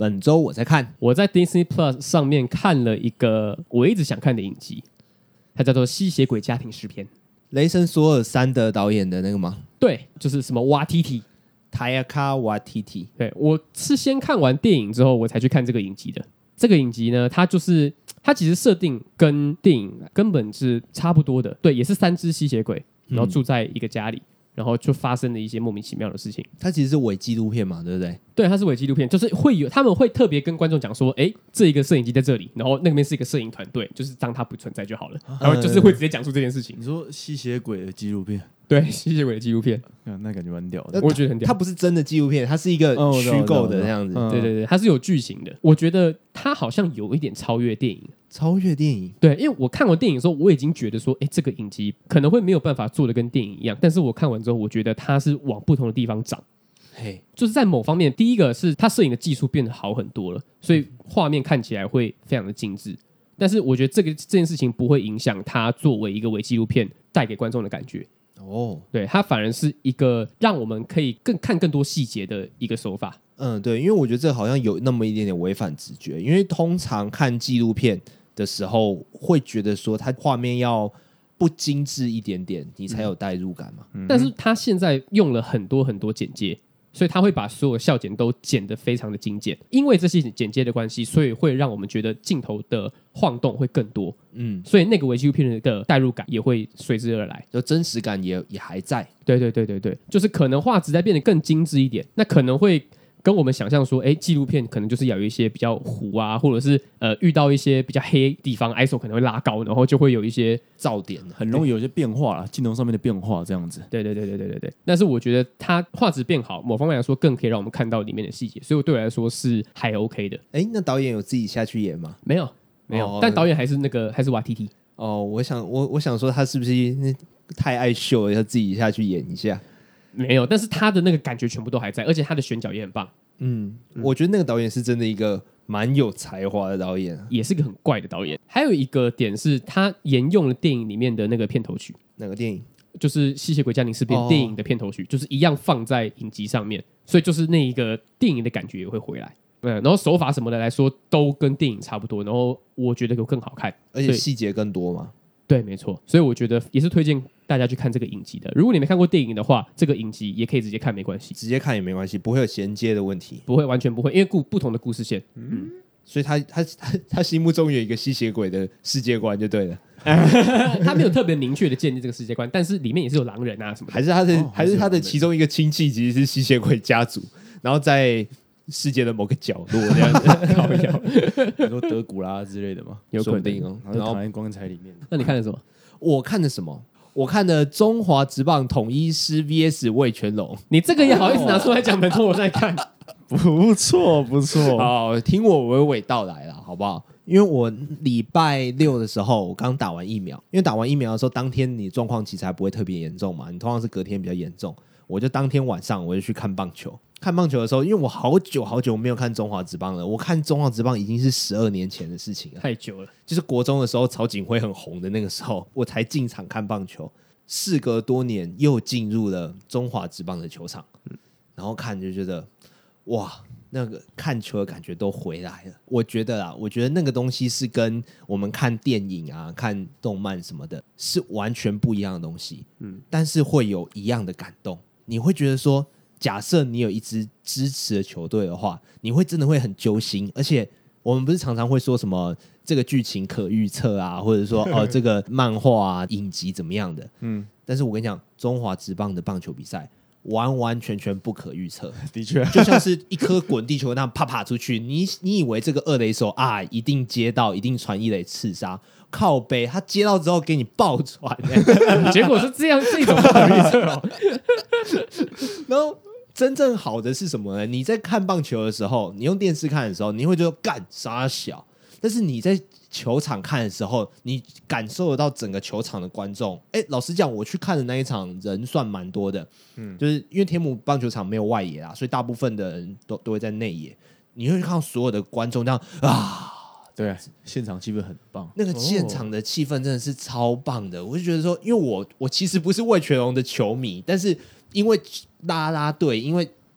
本周我在看， 我在 Disney Plus 上面看了一个我一直想看的影集，它叫做《吸血鬼家庭诗篇》。 雷神索尔3的导演的那个吗？ 对，就是什么瓦提提。 Taika Waititi。 对，我是先看完电影之后，我才去看这个影集的。这个影集呢，它其实设定跟电影根本是差不多的。对，也是3只吸血鬼，然后住在一个家里，然后就发生了一些莫名其妙的事情。 它其实是伪纪录片嘛，对不对？ 对，它是伪纪录片，就是他们会特别跟观众讲说，哎，这一个摄影机在这里，然后那边是一个摄影团队，就是当它不存在就好了，然后就是会直接讲出这件事情。 你说吸血鬼的纪录片？ 对，吸血鬼的纪录片， 那感觉蛮屌的。 我觉得很屌。 它不是真的纪录片，它是一个虚构的那样子。 对对对，它是有剧情的。我觉得它好像有一点超越电影。 超越电影？ 对，因为我看完电影的时候，我已经觉得说，哎，这个影集可能会没有办法做的跟电影一样，但是我看完之后，我觉得它是往不同的地方长。 嘿， 就是在某方面，第一个是它摄影的技术变得好很多了，所以画面看起来会非常的精致。但是我觉得这件事情不会影响它作为一个伪纪录片带给观众的感觉。哦，对，它反而是一个让我们可以看更多细节的一个手法。 对，因为我觉得这好像有那么一点点违反直觉，因为通常看纪录片的时候会觉得说它画面要不精致一点点，你才有代入感嘛。 但是它现在用了很多很多剪接，所以他会把所有笑剪都剪得非常的精简，因为这些剪接的关系，所以会让我们觉得镜头的晃动会更多。所以那个伪纪录片的代入感也会随之而来， 就真实感也还在。 对对对对对，就是可能画质在变得更精致一点，那可能会跟我们想象说，哎，纪录片可能就是要有一些比较糊啊，或者是遇到一些比较黑地方 ，ISO 可能会拉高，然后就会有一些噪点， 很容易有一些变化啦，镜头上面的变化这样子。 对对对对对对对。但是我觉得它画质变好，某方面来说更可以让我们看到里面的细节，所以对我来说是还 OK 的。 哎，那导演有自己下去演吗？ 没有没有，但导演还是瓦提提。 哦，我想说他是不是太爱秀了，要自己下去演一下？ 没有，但是他的那个感觉全部都还在，而且他的选角也很棒。 我觉得那个导演是真的一个蛮有才华的导演， 也是个很怪的导演。还有一个点是，他沿用了电影里面的那个片头曲。 哪个电影？ 就是《吸血鬼家庭诗篇》电影的片头曲，就是一样放在影集上面，所以就是那一个电影的感觉也会回来。然后手法什么的来说都跟电影差不多，然后我觉得有更好看， 而且细节更多嘛。 对，没错，所以我觉得也是推荐大家去看这个影集的。如果你没看过电影的话，这个影集也可以直接看，没关系， 直接看也没关系，不会有衔接的问题， 不会，完全不会，因为不同的故事线。 所以他心目中有一个吸血鬼的世界观就对了。 他没有特别明确的建立这个世界观，但是里面也是有狼人啊什么的， 还是他的其中一个亲戚其实是吸血鬼家族，然后在世界的某个角落这样子， 很多德古拉之类的嘛， 有可能哦。 然后躺在棺材里面。 那你看了什么？ 我看的什么？我看的中华职棒统一狮 VS 味全龙。 你这个也好意思拿出来讲？本周我在看， 不错不错。 好，听我娓娓道来啦，好不好？因为我礼拜六的时候我刚打完疫苗，因为打完疫苗的时候当天你状况其实还不会特别严重嘛，你通常是隔天比较严重。我就当天晚上我就去看棒球。看棒球的时候，因为我好久没有看中华职棒了，我看中华职棒已经是12年前的事情了， 太久了。 就是国中的时候曹景辉很红的那个时候，我才进场看棒球。事隔多年又进入了中华职棒的球场，然后看就觉得哇，那个看球的感觉都回来了。我觉得那个东西是跟我们看电影啊、看动漫什么的是完全不一样的东西。但是会有一样的感动。你会觉得说，假设你有一支支持的球队的话，你会真的会很揪心。而且我们不是常常会说什么这个剧情可预测啊，或者说这个漫画啊、影集怎么样的？但是我跟你讲，中华职棒的棒球比赛完完全全不可预测， 的确， 就像是一颗滚地球那样啪啪出去，你以为这个二垒手啊一定接到，一定传一垒刺杀，靠北他接到之后给你爆传、 结果是这一种不可预测哦。 然后真正好的是什么呢？你在看棒球的时候，你用电视看的时候，你会觉得干傻小，但是你在球场看的时候，你感受得到整个球场的观众。老实讲，我去看的那一场人算蛮多的，就是因为天母棒球场没有外野啦，所以大部分的人都会在内野。你会看到所有的观众这样啊， 对，现场气氛很棒， 那个现场的气氛真的是超棒的。我就觉得说，因为我其实不是味全龙的球迷，但是因为啦啦队，因为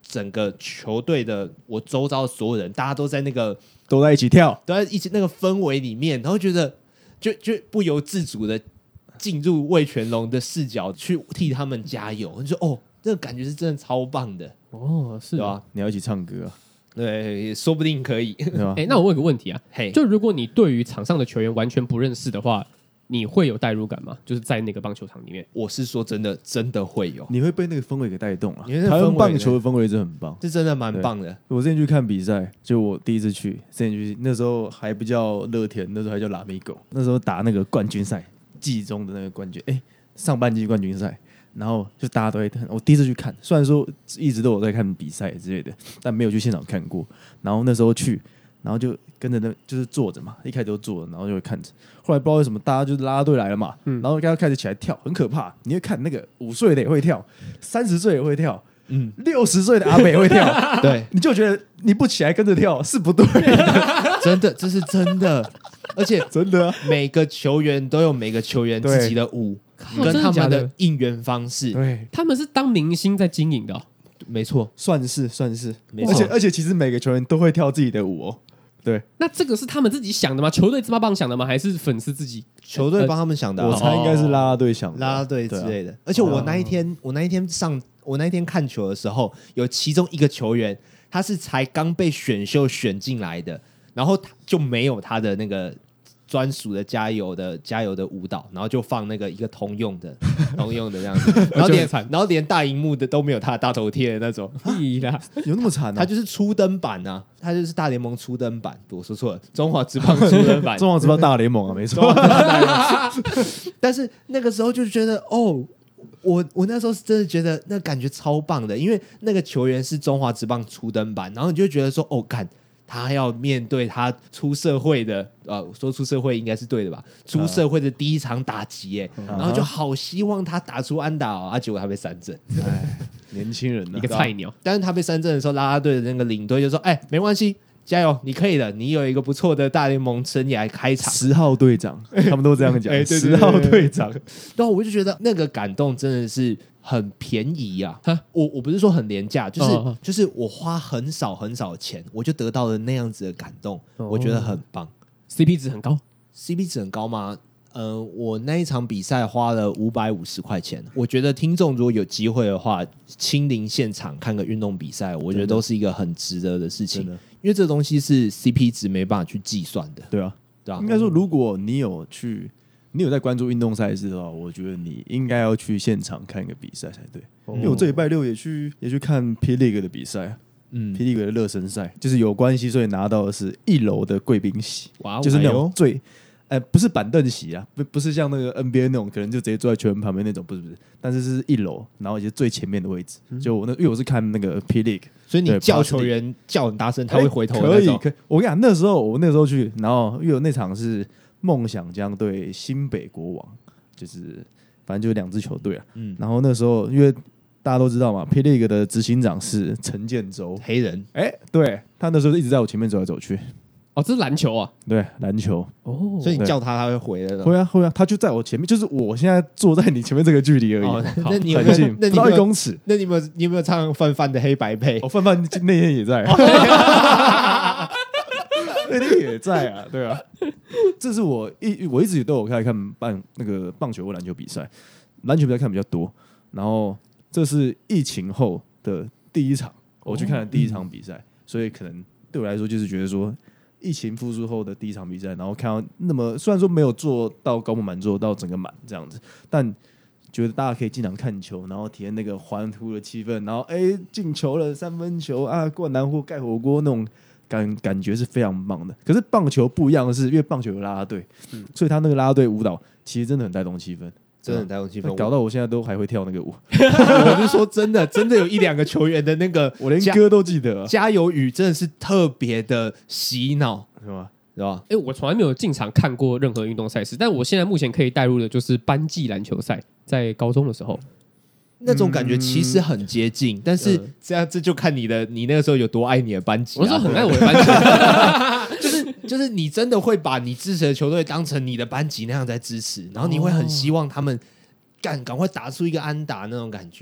整个球队的我周遭的所有人，大家都在那个都在一起跳， 都在一起那个氛围里面，然后觉得就不由自主的进入魏全龙的视角去替他们加油，就说哦，这个感觉是真的超棒的， 哦，是对吧？ 你要一起唱歌啊， 对，说不定可以。 对吧？ 那我问个问题啊， 嘿， 就如果你对于场上的球员完全不认识的话，你会有代入感吗？就是在那个棒球场里面， 我是说真的，真的会有， 你会被那个氛围给带动啊。 因为那台氛围湾棒球的氛围真的很棒。 这真的蛮棒的。 我之前去看比赛，就我第一次去，那时候还不叫乐天，那时候还叫拉米狗，那时候打那个冠军赛，季中的那个冠军，上半季冠军赛，然后就大家都会看。我第一次去看，虽然说一直都有在看比赛之类的，但没有去现场看过。然后那时候去，然后就跟着就是坐着嘛，一开始都坐着，然后就会看着。后来不知道为什么，大家就是啦啦队来了嘛，然后大家开始起来跳，很可怕。你会看那个5岁的也会跳，30岁也会跳，60岁的阿伯也会跳， 对， 你就觉得你不起来跟着跳是不对的， 真的，这是真的，而且真的啊。 每个球员都有每个球员自己的舞，跟他们的应援方式。 对， 他们是当明星在经营的哦。 没错， 算是， 没错而且其实每个球员都会跳自己的舞哦。对， 那这个是他们自己想的吗？球队自帮想的吗？还是粉丝自己？ 球队帮他们想的啊， 我猜应该是啦啦队想的， 啦啦队之类的。而且我那一天看球的时候，有其中一个球员，他是才刚被选秀选进来的，然后他就没有他的那个专属的加油的舞蹈，然后就放那个一个通用的这样子，然后连大荧幕的都没有他的大头贴的那种， 屁啦！ 有那么惨啊？ 他就是初登版啊，他就是大联盟初登版，我说错了，中华职棒初登版， 中华职棒大联盟啊，没错。 但是那个时候就觉得哦。我那时候是真的觉得那感觉超棒的，因为那个球员是中华职棒初登版，然后你就觉得说哦，干他要面对他出社会的说出社会应该是对的吧？出社会的第一场打击耶，然后就好希望他打出安打哦，结果他被三振， 哎，年轻人呢， 一个菜鸟。 但是他被三振的时候，啦啦队的那个领队就说：“没关系。”加油，你可以的！你有一个不错的大联盟生涯开场。 10号队长，他们都这样讲。 对 10号队长， 然后我就觉得那个感动真的是很便宜啊！我不是说很廉价，就是我花很少的钱，我就得到了那样子的感动，我觉得很棒。 CP 值很高 ，CP 值很高吗？我那一场比赛花了550块钱。我觉得听众如果有机会的话，亲临现场看个运动比赛，我觉得都是一个很值得的事情，因为这东西是 CP 值没办法去计算的。 对啊，应该说，如果你有在关注运动赛事的话，我觉得你应该要去现场看一个比赛才对。因为我这礼拜6也去看 P League 的比赛啊。P League 的热身赛就是有关系，所以拿到的是1楼的贵宾席，就是那种最。不是板凳席啊，不是像那个 NBA 那种，可能就直接坐在球员旁边那种，不是，但是是1楼，然后也是最前面的位置。就因为我是看那个 P League， 所以你叫球员叫很大声，他会回头的那种。 可以。我跟你讲，我那时候去，然后因为那场是梦想将对新北国王，就是反正就是2支球队啊。然后那时候因为大家都知道嘛 ，P League 的执行长是陈建州， 黑人。 对，他那时候一直在我前面走来走去。 哦，这是篮球啊？ 对，篮球。 哦，所以你叫他会回的。 会啊，他就在我前面，就是我现在坐在你前面这个距离而已。 那你很近，不到1公尺。 那你有没有唱范范的黑白配？ 范范那天也在，那天也在啊，对啊。这是我一直都有看那个棒球或篮球比赛，篮球比赛看比较多。然后这是疫情后的第一场，我去看了第一场比赛，所以可能对我来说就是觉得说。疫情复苏后的第一场比赛，然后看到那么虽然说没有做到高满做到整个满这样子，但觉得大家可以进场看球，然后体验那个欢呼的气氛，然后进球了3分球啊，灌篮或盖火锅那种感觉是非常棒的。可是棒球不一样的是，因为棒球有啦啦队，所以他那个啦啦队舞蹈其实真的很带动气氛。 真的很带动气氛， 搞到我现在都还会跳那个舞。 我是说真的有1-2个球员的那个， 我连歌都记得， 加油语真的是特别的洗脑， 是吗？ 是吧？ 我从来没有进场看过任何运动赛事，但我现在目前可以带入的就是班级篮球赛，在高中的时候。 那种感觉其实很接近，但是这就看你那个时候有多爱你的班级。 我说很爱我的班级，就是你真的会把你支持的球队当成你的班级那样在支持，然后你会很希望他们赶快打出一个安打那种感觉。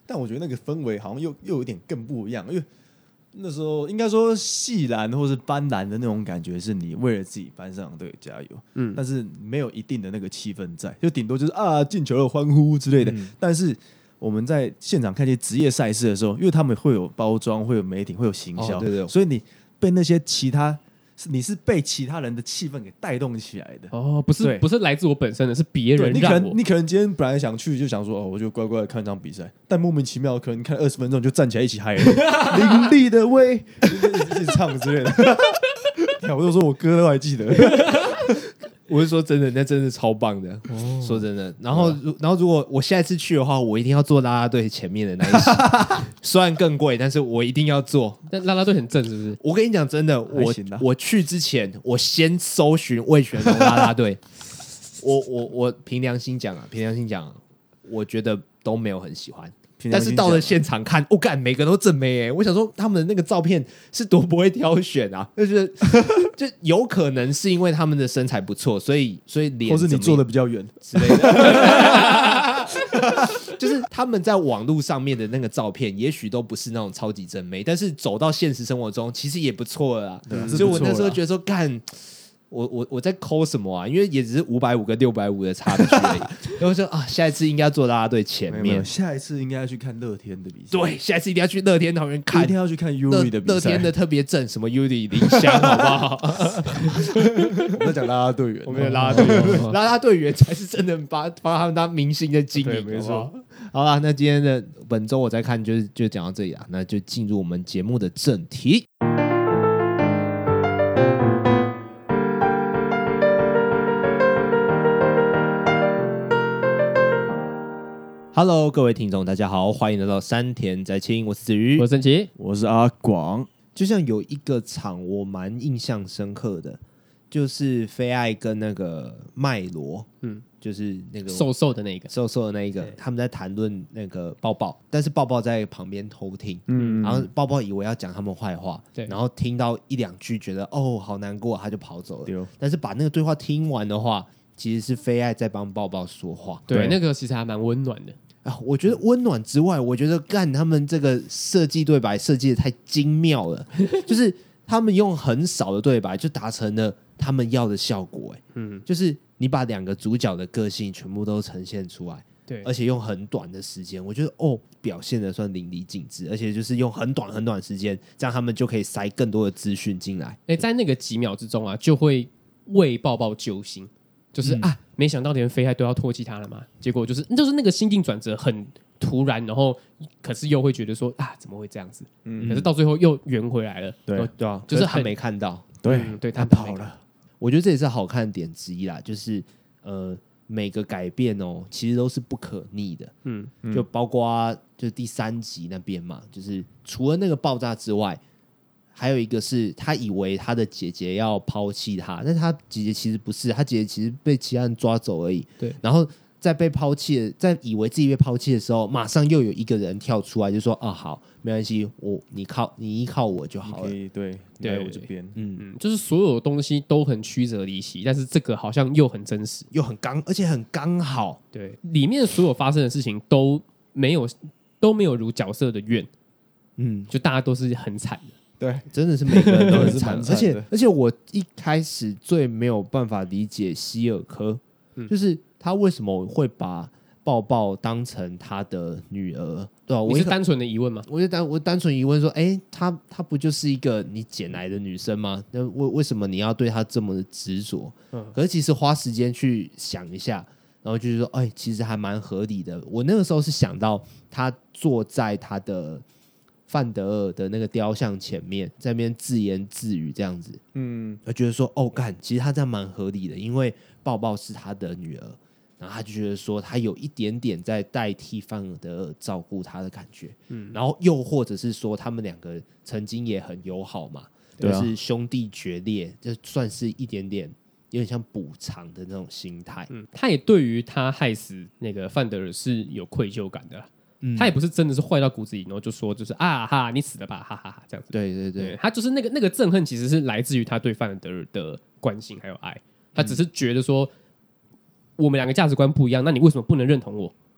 但我觉得那个氛围好像又有点更不一样，因为那时候应该说系篮或是班篮的那种感觉，是你为了自己班上队加油，但是没有一定的那个气氛在，就顶多就是进球了欢呼之类的。但是我们在现场看这些职业赛事的时候，因为他们会有包装，会有媒体，会有行销， 对， 所以你被那些你是被其他人的气氛给带动起来的哦，不是来自我本身的，是别人让我。 你可能今天本来想去，就想说我就乖乖的看场比赛，但莫名其妙可能看20分钟就站起来一起嗨了，凌厉的威，一起唱之类的。我就说我歌都还记得。 我是说真的，那真的超棒的。说真的，然后如果我下一次去的话，我一定要坐啦啦队前面的那一席，虽然更贵，但是我一定要坐。 但啦啦队很正，是不是？ 我跟你讲真的，我去之前，我先搜寻味全龙啦啦队。我凭良心讲，我觉得都没有很喜欢。但是到了现场看，干每个都正妹欸！我想说他们的那个照片是多不会挑选啊，就有可能是因为他们的身材不错，所以脸， 或是你坐的比较远之类的，就是他们在网络上面的那个照片，也许都不是那种超级正妹，但是走到现实生活中，其实也不错了啦。所以我那时候觉得说，干。我在抠什么啊？因为也只是550跟650的差距而已。然后说下一次应该坐啦啦队前面， 下一次应该要去看乐天的比赛。 对，下一次一定要去乐天桃园看， 一定要去看 Yuri 的比赛。 乐天的特别正，什么 Yuri 林香，好不好？ 我在讲啦啦队员， 我们有啦啦队员，啦啦队员才是真的把他们当明星的经营， 没错。 好啦，那今天的本周我再看就讲到这里啦，那就进入我们节目的正题。Hello， 各位听众，大家好，欢迎来到山田在清，我是子瑜， 我是郑奇， 我是阿广。 就像有一个场我蛮印象深刻的，就是菲爱跟那个麦罗，就是那个瘦瘦的那个， 他们在谈论那个抱抱，但是抱抱在旁边偷听，然后抱抱以为要讲他们坏话，然后听到1、2句觉得好难过，他就跑走了。但是把那个对话听完的话，其实是菲爱在帮抱抱说话， 对，那个其实还蛮温暖的。 我觉得温暖之外，我觉得他们这个设计对白设计的太精妙了，就是他们用很少的对白就达成了他们要的效果。就是你把2个主角的个性全部都呈现出来，对，而且用很短的时间，我觉得表现的算淋漓尽致，而且就是用很短的时间，这样他们就可以塞更多的资讯进来。 在那个几秒之中啊，就会为抱抱揪心。就是没想到连菲爱都要唾弃他了嘛，结果就是那个心境转折很突然，然后可是又会觉得说怎么会这样子？可是到最后又圆回来了。 对啊，就是他没看到， 对， 他跑了。 我觉得这也是好看的点之一啦，就是每个改变其实都是不可逆的。就包括就第3集那边嘛，就是除了那个爆炸之外。还有一个是他以为他的姐姐要抛弃他，但是他姐姐其实不是，他姐姐其实被其他人抓走而已。对，然后在被抛弃在以为自己被抛弃的时候，马上又有一个人跳出来，就说好，没关系，你依靠我就好了。 对，在我这边。 就是所有东西都很曲折离奇，但是这个好像又很真实， 又很而且很刚好。 对，里面所有发生的事情都没有如角色的愿。就大家都是很惨的。 对， 真的是每个人都很惨， 的而且我一开始最没有办法理解希尔科，就是他为什么会把抱抱当成他的女儿？对吧？ 你是单纯的疑问吗？ 我单纯疑问说，她不就是一个你捡来的女生吗？那为什么你要对她这么的执着？可是其实花时间去想一下，然后就是说，其实还蛮合理的。我那个时候是想到他坐在他的。范德尔的那个雕像前面，在那边自言自语这样子，我觉得说，其实他这样蛮合理的，因为抱抱是他的女儿，然后他就觉得说，他有一点点在代替范德尔照顾他的感觉，然后又或者是说，他们2个曾经也很友好嘛，就是兄弟决裂，就算是一点点。有点像补偿的那种心态， 他也对于他害死那个范德尔是有愧疚感的啦。他也不是真的是坏到骨子里，然后就说就是你死了吧，哈哈哈这样子。 对， 他就是那个憎恨，其实是来自于他对范德尔的关心还有爱。他只是觉得说，我们2个价值观不一样，那你为什么不能认同我？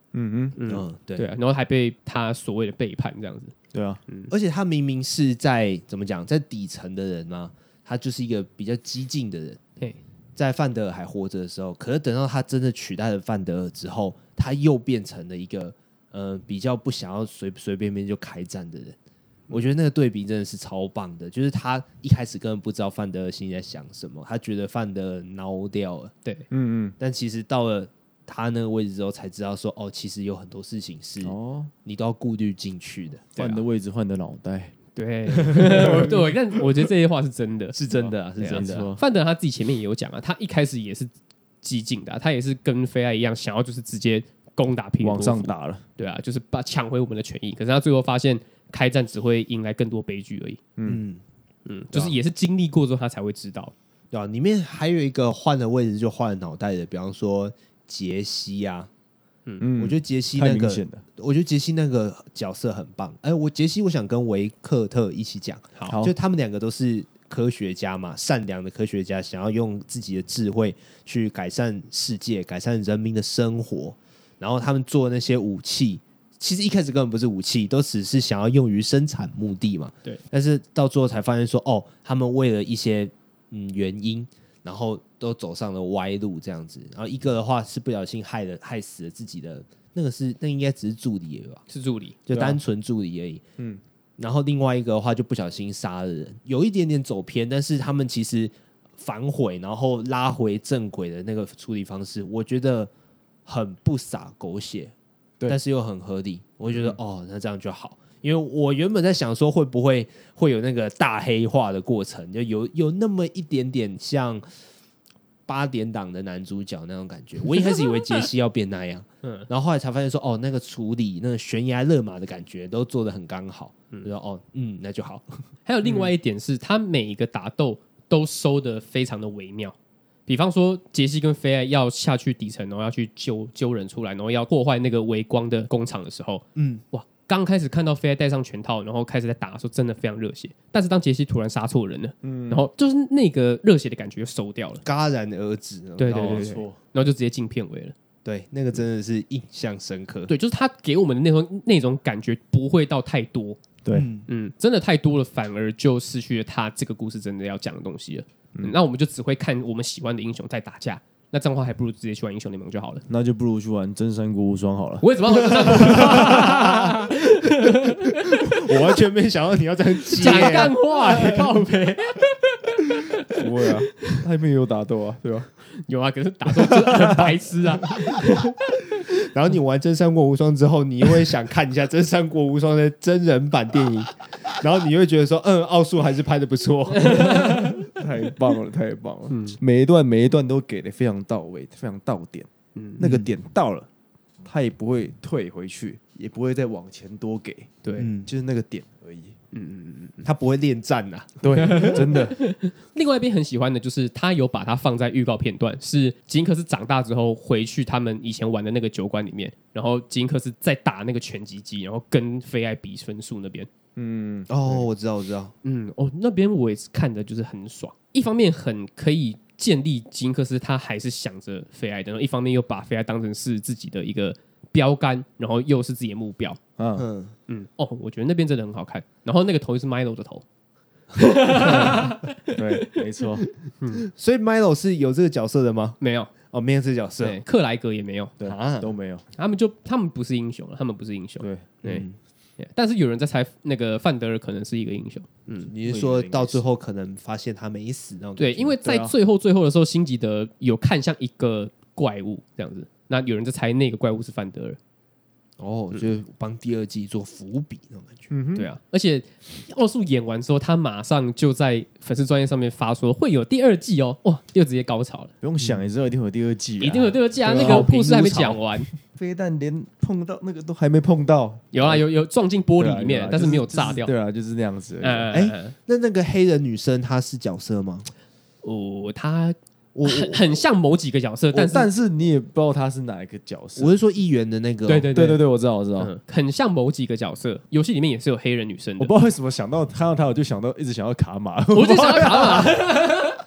对对啊，然后还被他所谓的背叛这样子。 对啊， 而且他明明是在怎么讲，在底层的人嘛，他就是一个比较激进的人。 嘿， 在范德尔还活着的时候，可是等到他真的取代了范德尔之后，他又变成了一个比较不想要随随便便就开战的人。我觉得那个对比真的是超棒的，就是他一开始根本不知道范德尔心里在想什么，他觉得范德尔孬掉了， 对， 但其实到了他那个位置之后，才知道说其实有很多事情是你都要顾虑进去的。 换的位置换的脑袋， 对，对，但我觉得这些话是真的， 是真的啊，是真的啊。 范德尔他自己前面也有讲啊，他一开始也是激进的他也是跟菲埃一样，想要就是直接攻打皮尔多往上打了， 对啊，就是抢回我们的权益。可是他最后发现，开战只会迎来更多悲剧而已。就是也是经历过之后，他才会知道。 对啊，里面还有一个换了位置就换了脑袋的，比方说杰西啊。我觉得杰西那个，我觉得杰西那个角色很棒。杰西我想跟维克特一起讲， 好， 就他们两个都是科学家嘛，善良的科学家，想要用自己的智慧去改善世界，改善人民的生活。然后他们做那些武器，其实一开始根本不是武器，都只是想要用于生产目的嘛。 对。 但是到最后才发现说，他们为了一些原因，然后都走上了歪路这样子。然后一个的话是不小心害死了自己的，那应该只是助理而已吧？ 是助理， 就单纯助理而已。然后另外一个的话就不小心杀了人，有一点点走偏，但是他们其实反悔，然后拉回正轨的那个处理方式，我觉得很不洒狗血，但是又很合理。我觉得那这样就好，因为我原本在想说会不会有那个大黑化的过程，就有那么一点点像8点档的男主角那种感觉。我一开始以为杰西要变那样，然后后来才发现说那个处理那个悬崖勒马的感觉都做得很刚好，就说那就好。 还有另外一点是，他每一个打斗都收得非常的微妙。比方说，杰西跟菲埃要下去底层，然后要去揪人出来，然后要破坏那个微光的工厂的时候，哇！刚开始看到菲埃戴上拳套，然后开始在打的时候，真的非常热血。但是当杰西突然杀错人了，然后就是那个热血的感觉就收掉了， 戛然而止。 对，然后就直接进片尾了。 对，那个真的是印象深刻。 对，就是他给我们的那种感觉不会到太多。 对， 真的太多了，反而就失去了他这个故事真的要讲的东西了。那我们就只会看我们喜欢的英雄在打架，那这样的话还不如直接去玩英雄联盟就好了。 那就不如去玩真三国无双好了。 我为什么要玩真三国无双？ 我完全没想到你要这样接讲干话，靠北。 不会啊，他里面也有打斗啊，对吧？ 有啊，可是打斗真的很白痴啊。 然后你玩真三国无双之后，你又会想看一下真三国无双的真人版电影，然后你会觉得说，奥数还是拍的不错， 太棒了，太棒了。每一段都给的非常到位，非常到点。那个点到了，他也不会退回去，也不会再往前多给。 对， 就是那个点而已。 他不会恋战呐。 对，真的。 另外一边很喜欢的就是他有把它放在预告片段，是吉恩克斯长大之后回去他们以前玩的那个酒馆里面，然后吉恩克斯在打那个拳击机，然后跟菲埃比分数那边。 我知道。 那边我也是看的就是很爽，一方面很可以建立吉恩克斯他还是想着菲埃的，然后一方面又把菲埃当成是自己的一个标杆，然后又是自己的目标。我觉得那边真的很好看。然后那个头就是 Milo 的头。 对，没错。 所以 Milo 是有这个角色的吗？ 没有， 没有这个角色。 对，克莱格也没有， 对，都没有。 他们不是英雄了，他们不是英雄。 对。 但是有人在猜那个范德尔可能是一个英雄。 你是说到最后可能发现他没死那种？ 对，因为在最后的时候，辛吉德有看向一个怪物这样子，那有人在猜那个怪物是范德尔。 就是帮第2季做伏笔那种感觉。 对啊，而且奥数演完之后，他马上就在粉丝专页上面发说会有第2季哦，哇，又直接高潮了。 不用想，也知道一定会有第2季， 一定有第2季啊！那个故事还没讲完， 飞弹连碰到那个都还没碰到， 有撞进玻璃里面，但是没有炸掉。 对啊，就是那样子。 那个黑人女生她是角色吗？ 她很像某几个角色， 但是你也不知道他是哪一个角色。 我是说议员的那个。 对，我知道。 很像某几个角色。游戏里面也是有黑人女生的。 我不知道为什么看到他，我就一直想到卡玛。 我就想到卡玛。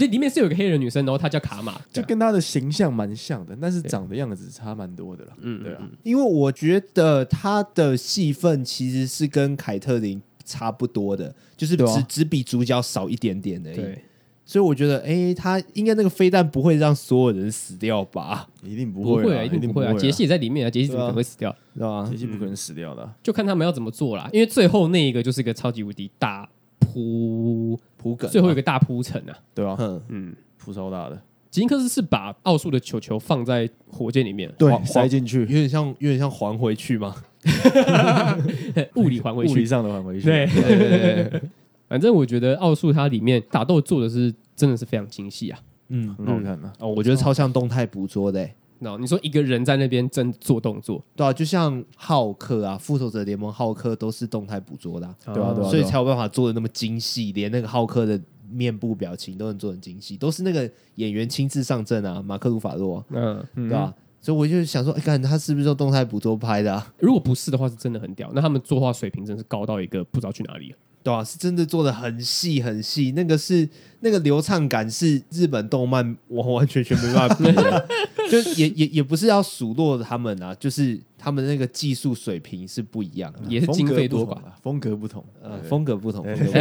里面是有个黑人女生，然后她叫卡玛， 就跟他的形象蛮像的，但是长的样子差蛮多的了。对啊， 因为我觉得他的戏份其实是跟凯特琳差不多的，就是只比主角少一点点而已。 对， 所以我觉得，他应该那个飞弹不会让所有人死掉吧？ 一定不不会啊， 一定不会啊！杰西也在里面啊，杰西怎么可能会死掉？ 知道吧？ 杰西不可能死掉的啊， 就看他们要怎么做啦。因为最后那一个就是一个超级无敌大铺梗， 最后一个大铺陈啊， 对吧？ 嗯， 铺超大的， 吉恩克斯是把奥数的球球放在火箭里面， 对，塞进去， 有点像还回去嘛。 物理还回去， 物理上的还回去。 对，反正我觉得奥数它里面打斗做的是真的是非常精细啊， 很好看的。 我觉得超像动态捕捉的。 你说一个人在那边真做动作， 对啊，就像浩克啊，复仇者联盟浩克都是动态捕捉的， 对啊， 所以才有办法做的那么精细，连那个浩克的面部表情都能做很精细，都是那个演员亲自上阵啊，马克·鲁法洛，对吧？所以我就想说，看他是不是用动态捕捉拍的啊？ 如果不是的话，是真的很屌。那他们作画水平真是高到一个不知道去哪里了。 对啊，是真的做的很细很细，那个流畅感是日本动漫完完全全没办法比的，就也不是要数落他们啊，就是他们那个技术水平是不一样的， 也是经费多寡， 风格不同， 风格不同，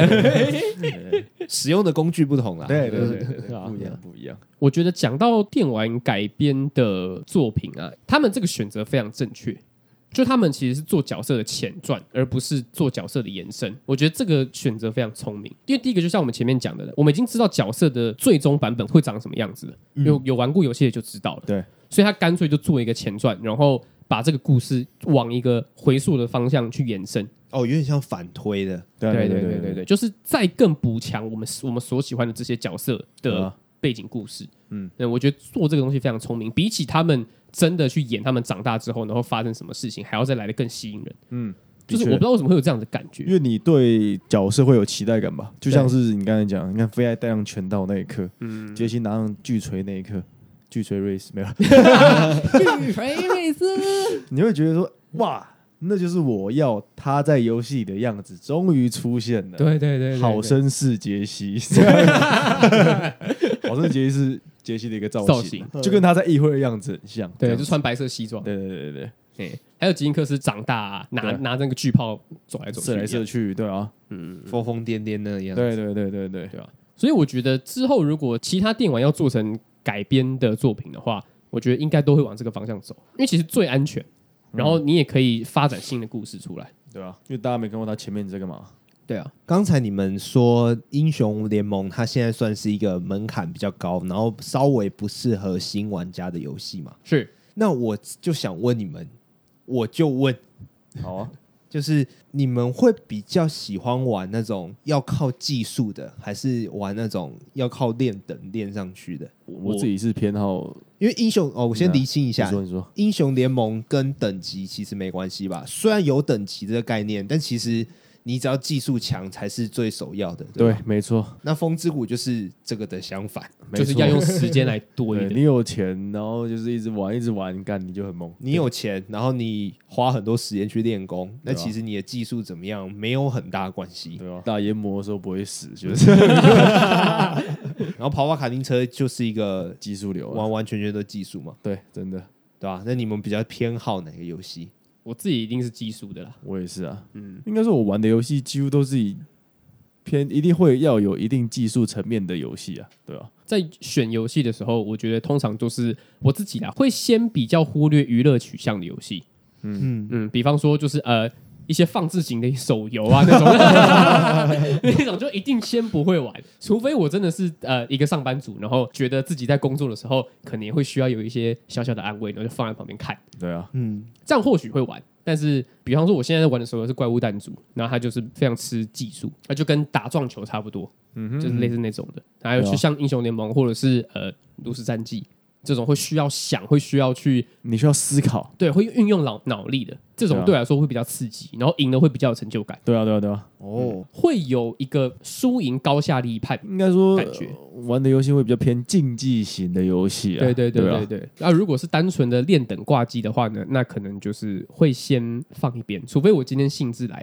使用的工具不同啦， 对，不一样。 我觉得讲到电玩改编的作品啊，他们这个选择非常正确。就他们其实是做角色的前传，而不是做角色的延伸。我觉得这个选择非常聪明，因为第一个就像我们前面讲的，我们已经知道角色的最终版本会长什么样子了，有玩过游戏的就知道了。 对， 所以他干脆就做一个前传，然后把这个故事往一个回溯的方向去延伸。 有点像反推的。 对，就是再更补强我们所喜欢的这些角色的背景故事。我觉得做这个东西非常聪明，比起他们真的去演他们长大之后然后发生什么事情还要再来的更吸引人。就是我不知道为什么会有这样的感觉， 因为你对角色会有期待感吧，就像是你刚才讲，你看菲爱戴上拳套那一刻，杰西拿上巨锤那一刻，巨锤瑞斯没有巨锤瑞斯你会觉得说哇，那就是我要他在游戏里的样子终于出现了。 对， 好绅士杰西好绅杰西是杰西的一个造型，就跟他在议会的样子很像。 对，就穿白色西装。 对， 还有吉恩克斯长大拿那个巨炮走来走去， 射来射去，对啊， 疯疯癫癫那样子。 对吧？所以我觉得之后如果其他电玩要做成改编的作品的话，我觉得应该都会往这个方向走，因为其实最安全，然后你也可以发展新的故事出来， 对啊，因为大家没看过他前面你在干嘛。 对啊， 刚才你们说英雄联盟它现在算是一个门槛比较高，然后稍微不适合新玩家的游戏嘛？ 是。 那我就想问你们，我就问， 好啊， 就是你们会比较喜欢玩那种要靠技术的，还是玩那种要靠练等练上去的？ 我自己是偏好， 因为英雄我先厘清一下， 你说， 英雄联盟跟等级其实没关系吧？虽然有等级这个概念，但其实你只要技术强才是最首要的，对吧？ 对，没错。 那风之谷就是这个的相反， 就是要用时间来多一点。 你有钱，然后就是一直玩，干你就很猛。 你有钱，然后你花很多时间去练功，那其实你的技术怎么样没有很大关系， 对吧？打研磨的时候不会死，就是。 然后跑卡丁车就是一个技术流， 完完全全的技术嘛。 对，真的， 对吧？那你们比较偏好哪个游戏？ 我自己一定是技术的啦， 我也是啊，应该说我玩的游戏几乎都是一定会要有一定技术层面的游戏啊，对吧？ 在选游戏的时候，我觉得通常都是我自己啦，会先比较忽略娱乐取向的游戏，比方说就是一些放置型的手游啊那种那种就一定先不会玩，除非我真的是一个上班族，然后觉得自己在工作的时候可能也会需要有一些小小的安慰，然后就放在旁边看。 对啊， 这样或许会玩。但是比方说我现在在玩的手游是怪物弹珠，然后它就是非常吃技术，那就跟打撞球差不多，就是类似那种的。还有就像英雄联盟或者是炉石战记这种会需要想，会需要去， 你需要思考， 对，会运用脑力的这种，对我来说会比较刺激，然后赢了会比较有成就感。 对啊， 会有一个输赢高下立判， 应该说感觉玩的游戏会比较偏竞技型的游戏啊。 对。那如果是单纯的练等挂机的话呢，那可能就是会先放一边，除非我今天兴致来了。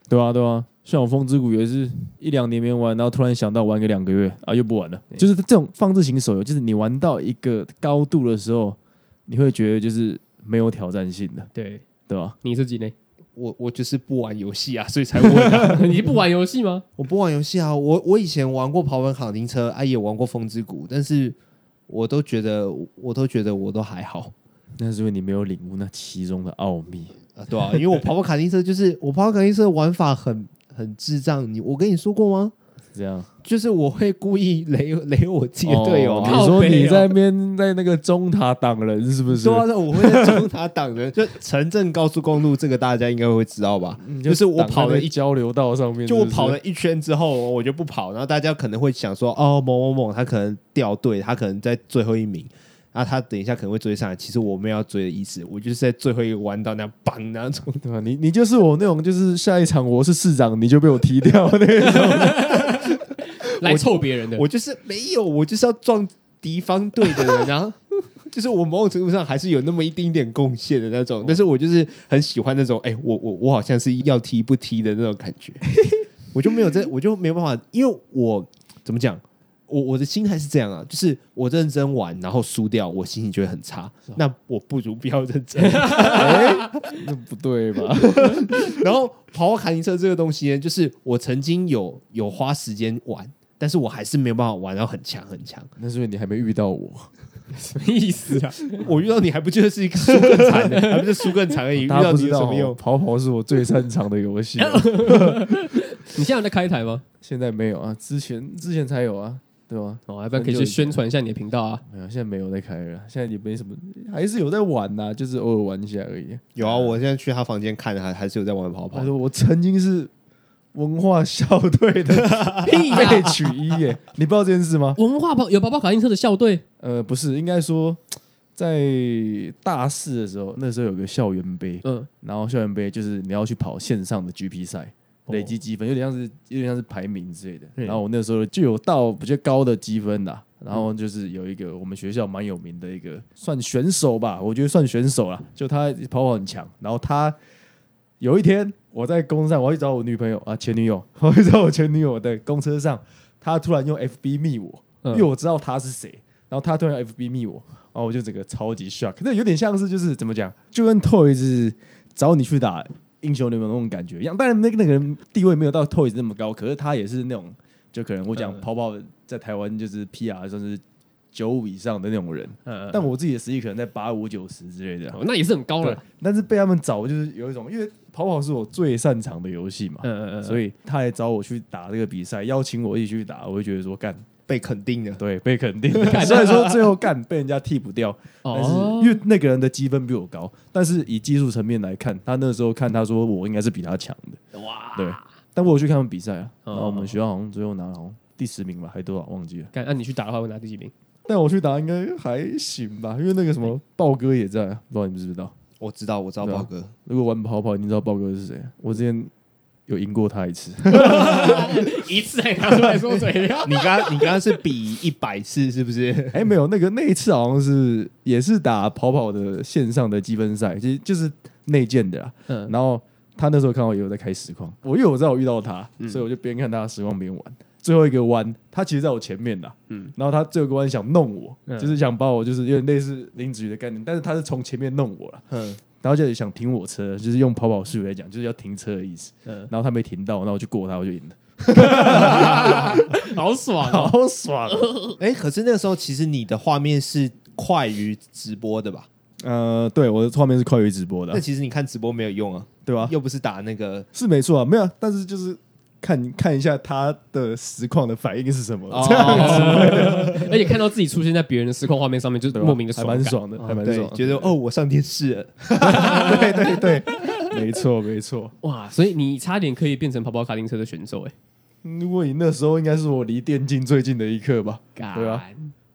对啊，对啊，像我风之谷也是1-2年没玩，然后突然想到玩个2个月啊，又不玩了。就是这种放置型手游，就是你玩到一个高度的时候，你会觉得就是没有挑战性的， 对对吧？ 你自己呢？ 我就是不玩游戏啊，所以才问啊。 你不玩游戏吗？ 我不玩游戏啊，我以前玩过跑卡丁车，也玩过风之谷，但是我都觉得我都还好。 那是因为你没有领悟那其中的奥秘啊，对啊，因为我跑卡丁车就是我跑卡丁车的玩法很智障，我跟你说过吗？ 这样就是我会故意雷我自己的队友啊。 你说你在那边在那个中塔挡人是不是？ 对啊，我会在中塔挡人。就城镇高速公路这个大家应该会知道吧？就是我跑了交流道上面， 就我跑了一圈之后，我就不跑，然后大家可能会想说，哦，某某某他可能掉队，他可能在最后一名。然后他等一下可能会追上来，其实我没有要追的意思，我就是在最后一个弯道那样绑那种， 对吧？你就是我那种，就是下一场我是市长，你就被我踢掉那种， 来凑别人的。 我就是没有，我就是要撞敌方队的人，然后就是我某种程度上还是有那么一丁点贡献的那种，但是我就是很喜欢那种，我好像是要踢不踢的那种感觉，我就没有办法，因为我怎么讲？我的心态是这样啊，就是我认真玩，然后输掉，我心情就会很差。那我不如不要认真， 那不对吧？ 然后跑卡丁车这个东西呢，就是我曾经有花时间玩，但是我还是没有办法玩到很强很强。 那是因为你还没遇到我， 什么意思啊？ 我遇到你还不就是一个输更惨的，还不是输更惨而已？遇到你有什么用？ 跑是我最擅长的游戏。 你现在有在开台吗？ 现在没有啊，之前才有啊。对吧？ 要不然可以去宣传一下你的频道啊。 没有，现在没有在开了，现在也没什么，还是有在玩呐，就是偶尔玩一下而已。 有啊，我现在去他房间看，还是有在玩跑。 他说我曾经是文化校队的被取一耶，你不知道这件事吗？ 文化有跑卡丁车的校队？ 不是，应该说在大四的时候，那时候有个校园杯，然后校园杯就是你要去跑线上的 GP 赛。累积积分有点像是排名之类的，然后我那时候就有到比较高的积分啦，然后就是有一个我们学校蛮有名的一个算选手吧，我觉得算选手啦，就他跑很强，然后他有一天我在公车上，我要去找我女朋友啊前女友，我去找我前女友的公车上，他突然用 FB 密我，因为我知道他是谁，然后他突然用 FB 密我，然后我就整个超级 shock， 那有点像是就是怎么讲，就跟 Toys 找你去打英雄联盟那种感觉一样，当然那个人地位没有到 Toys 那么高，可是他也是那种，就可能我讲跑在台湾就是 PR 算是95以上的那种人，但我自己的实力可能在85、90之类的， 那也是很高了。 但是被他们找就是有一种，因为跑是我最擅长的游戏嘛，所以他还找我去打这个比赛，邀请我一起去打，我会觉得说干。 被肯定的， 对，被肯定的。虽然说最后被人家替补掉，但是因为那个人的积分比我高，但是以技术层面来看，他那时候看他说我应该是比他强的。哇，对。但我有去看他们比赛啊，然后我们学校好像最后拿了好像第10名吧，还多少忘记了。 那你去打的话会拿第几名？ 但我去打应该还行吧，因为那个什么豹哥也在，不知道你们知不知道？ 我知道豹哥。 如果玩跑，你知道豹哥是谁？我之前有赢过他一次， 一次还拿出来说嘴了。 你刚刚是比100次是不是？ 没有，那一次好像也是打跑的线上的积分赛，其实就是内建的啦。然后他那时候看到也有在开实况，因为我知道我遇到他，所以我就边看他的实况边玩。最后一个弯，他其实在我前面啦，然后他最后一个弯想弄我，就是想把我就是有点类似林子瑜的概念，但是他是从前面弄我了。然后就想停我车，就是用跑术语来讲，就是要停车的意思。然后他没停到，然后我就过他，我就赢了， 好爽， 好爽！ 可是那个时候其实你的画面是快于直播的吧？ 对，我的画面是快于直播的。 那其实你看直播没有用啊， 对吧？ 又不是打那个， 是没错啊，没有，但是就是看一下他的实况的反应是什么，这样子， 而且看到自己出现在别人的实况画面上面，就是莫名的爽感， 还蛮爽的，还蛮爽的， 觉得我上电视了， 对，没错， 哇！所以你差点可以变成跑卡丁车的选手如果你那时候应该是我离电竞最近的一刻吧？对啊，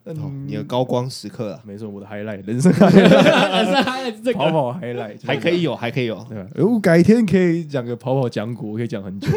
你的高光时刻啊， 没错，我的 highlight 人生 highlight 这跑跑 highlight 还可以有，还可以有。 对吧？我改天可以讲个跑跑讲古，我可以讲很久。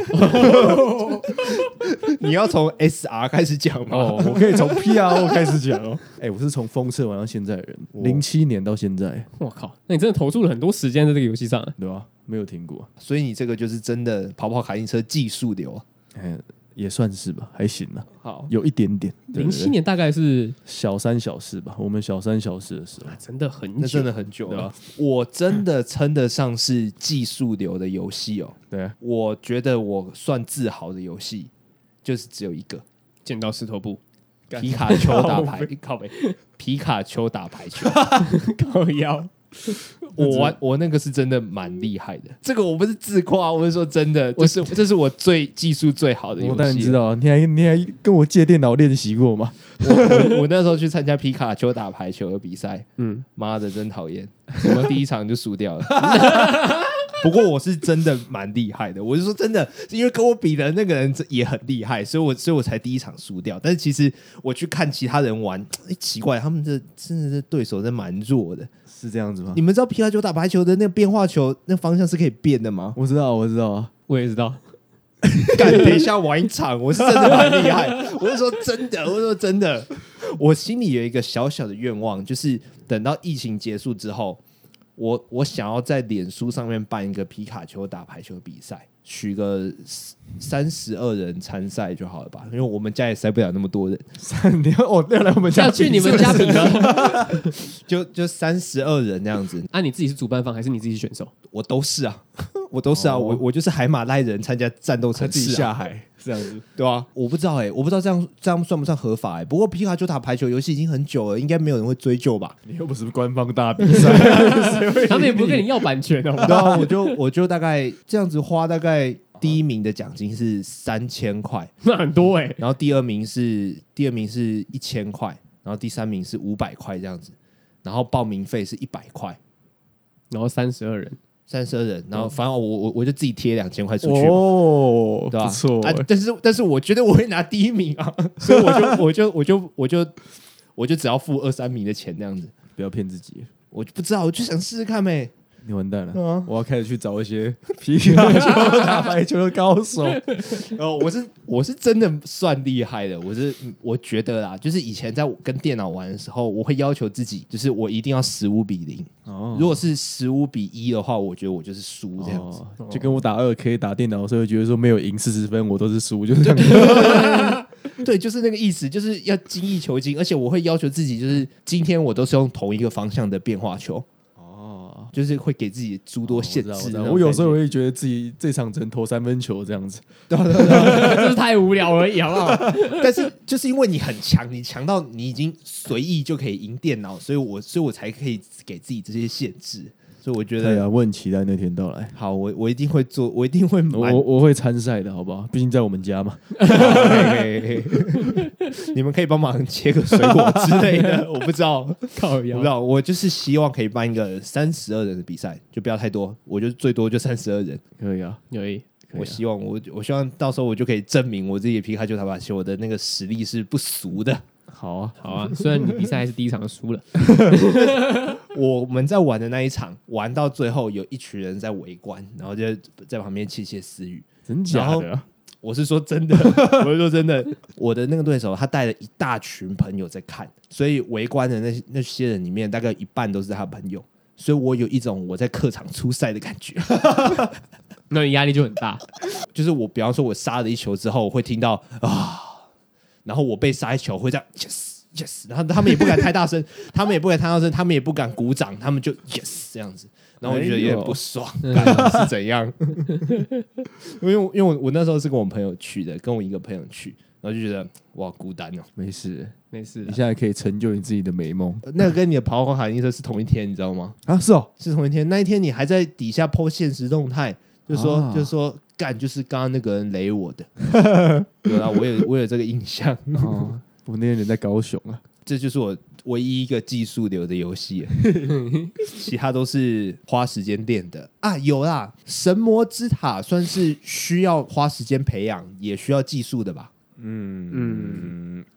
你要从 SR 开始讲吗？ 哦，我可以从 PRO 开始讲哦。哎，我是从封测玩到现在的人，07年到现在， 我靠，那你真的投注了很多时间在这个游戏上， 对吧？没有停过， 所以你这个就是真的跑跑卡丁车技术流啊。 也算是吧，还行啦， 好， 有一点点。 07年大概是小3小4吧，我们小3小4的时候， 真的很久， 那真的很久了对吧。 我真的称得上是技术流的游戏哦。 对啊， 我觉得我算自豪的游戏，就是只有一个见到石头布， 皮卡丘打排靠北皮卡丘打排球。 靠腰， 我那个是真的蛮厉害的，这个我不是自夸，我是说真的，这是我最技术最好的游戏。 我当然知道，你还跟我借电脑练习过吗？ 我那时候去参加皮卡丘打排球的比赛，妈的真讨厌，我第一场就输掉了。不过我是真的蛮厉害的，我是说真的，因为跟我比的那个人也很厉害，所以我才第一场输掉。但是其实我去看其他人玩，奇怪，他们真的是对手真蛮弱的， 是这样子吗你？们知道皮卡丘打排球的那个变化球那方向是可以变的吗？ 我知道啊。 我也知道， 干，等一下玩一场，我是真的蛮厉害。我是说真的，我心里有一个小小的愿望，就是等到疫情结束之后，我想要在脸书上面办一个皮卡丘打排球比赛，取个32人参赛就好了吧？因为我们家也塞不了那么多人， 你要来我们家， 要去你们家比的。 就32人那样子。 啊，你自己是主办方还是你自己是选手？ 我都是啊，我都是啊，我就是海马赖人参加战斗城自己市啊。 下海这样子。 对啊，我不知道我不知道这样算不算合法不过皮卡丘打排球游戏已经很久了，应该没有人会追究吧？ 你又不是官方大比赛， 他们也不跟你要版权的嘛。 对啊，我就大概这样子花，大概第一名的奖金是3000块， 那很多然后第二名是1000块，然后第三名是500块这样子，然后报名费是100块然后32人， ，32人，然后反正我就自己贴2000块出去嘛。 哦， 对吧？ 不错啊，但是我觉得我会拿第一名啊，所以我就只要付2-3名的钱那样子。 不要骗自己， 我就不知道，我就想试试看呗。 你完蛋了！我要开始去找一些皮卡丘打排球的高手。 我是真的算厉害的，我觉得啦，就是以前在跟电脑玩的时候，我会要求自己，就是我一定要15-0。如果是15-1的话，我觉得我就是输这样子。 就跟我打2K 打电脑的时候，觉得说没有赢40分，我都是输，就是这样。 对，就是那个意思，就是要精益求精，而且我会要求自己，就是今天我都是用同一个方向的变化球。就是会给自己诸多限制。 我有时候我会觉得自己这场只能投3分球这样子， 就是太无聊而已，好不好？ 但是就是因为你很强，你强到你已经随意就可以赢电脑，所以我才可以给自己这些限制。所以我觉得， 对啊，我很期待那天到来。 好，我一定会做，我一定会我会参赛的，好不好？毕竟在我们家嘛。 可以你们可以帮忙切个水果之类的，我不知道，我不知道，我就是希望可以办一个32人的比赛，就不要太多，我就最多就32人， 可以啊， 可以。 我希望到时候我就可以证明我自己的皮卡丘打排球我的那个实力是不俗的。 好啊， 好啊，虽然你比赛还是第一场输了， 我们在玩的那一场，玩到最后有一群人在围观，然后就在旁边窃窃私语， 真假的啊？ 我是说真的，我是说真的，我的那个对手他带了一大群朋友在看，所以围观的那些人里面，大概一半都是他朋友，所以我有一种我在客场出赛的感觉。 那你压力就很大。 就是我，比方说我杀了一球之后，我会听到啊，然后我被杀一球会这样 yes yes， 然后他们也不敢太大声，他们也不敢鼓掌，他们就 yes 这样子，然后我就觉得有点不爽，是怎样？因为我那时候是跟我朋友去的，跟我一个朋友去，然后就觉得哇孤单哦， 没事， 没事， 你现在可以成就你自己的美梦。 那个跟你的跑跑卡丁车是同一天，你知道吗？ 啊，是哦， 是同一天。那一天你还在底下 po 现实动态，就说干，就是刚刚那个人雷我的，有啦，我有这个印象。 哦，我那天人在高雄啊， 这就是我唯一一个技术流的游戏，其他都是花时间练的啊。有啦，神魔之塔算是需要花时间培养，也需要技术的吧？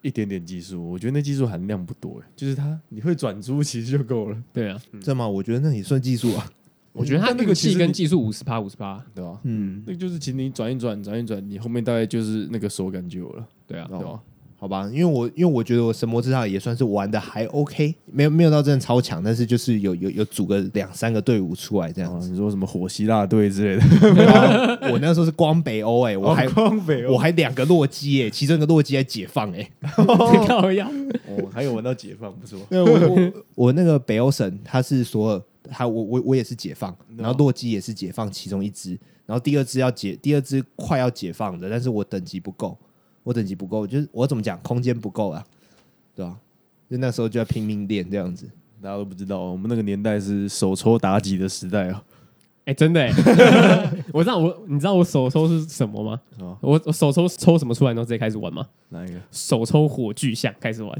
一点点技术，我觉得那技术含量不多，就是你会转珠其实就够了， 对啊， 真吗？我觉得那也算技术啊。 我觉得他但那个运气跟其实你技术50%， 对吧？ 嗯， 那个就是请你转一转，你后面大概就是那个手感就有了， 对啊， 对吧？ 好吧，因为我觉得我神魔之塔也算是玩的还 OK， 没有到真的超强，但是就是有组个2-3个队伍出来这样子。 你说什么火希腊队之类的？ 我那时候是光北欧我还光北欧， 我还2个洛基其中一个洛基还解放靠腰， 还有玩到解放，不错。 我那个北欧神他是所有我也是解放，然后洛基也是解放其中一只，然后第二只快要解放的，但是我等级不够，就是我怎么讲，空间不够啊，对吧？就那时候就要拼命练这样子。 大家都不知道，我们那个年代是手抽妲己的时代啊！ 真的你知道我手抽是什么吗？我手抽什么出来，然后直接开始玩吗？ 哪一个？ 手抽火巨象开始玩。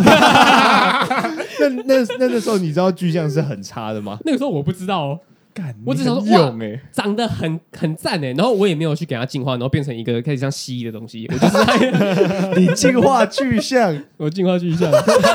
那时候你知道巨象是很差的吗？ 那个时候我不知道我只想说哇， 长得很赞然后我也没有去给它进化，然后变成一个开始像蜥蜴的东西。我就是你进化巨象， 我进化巨象。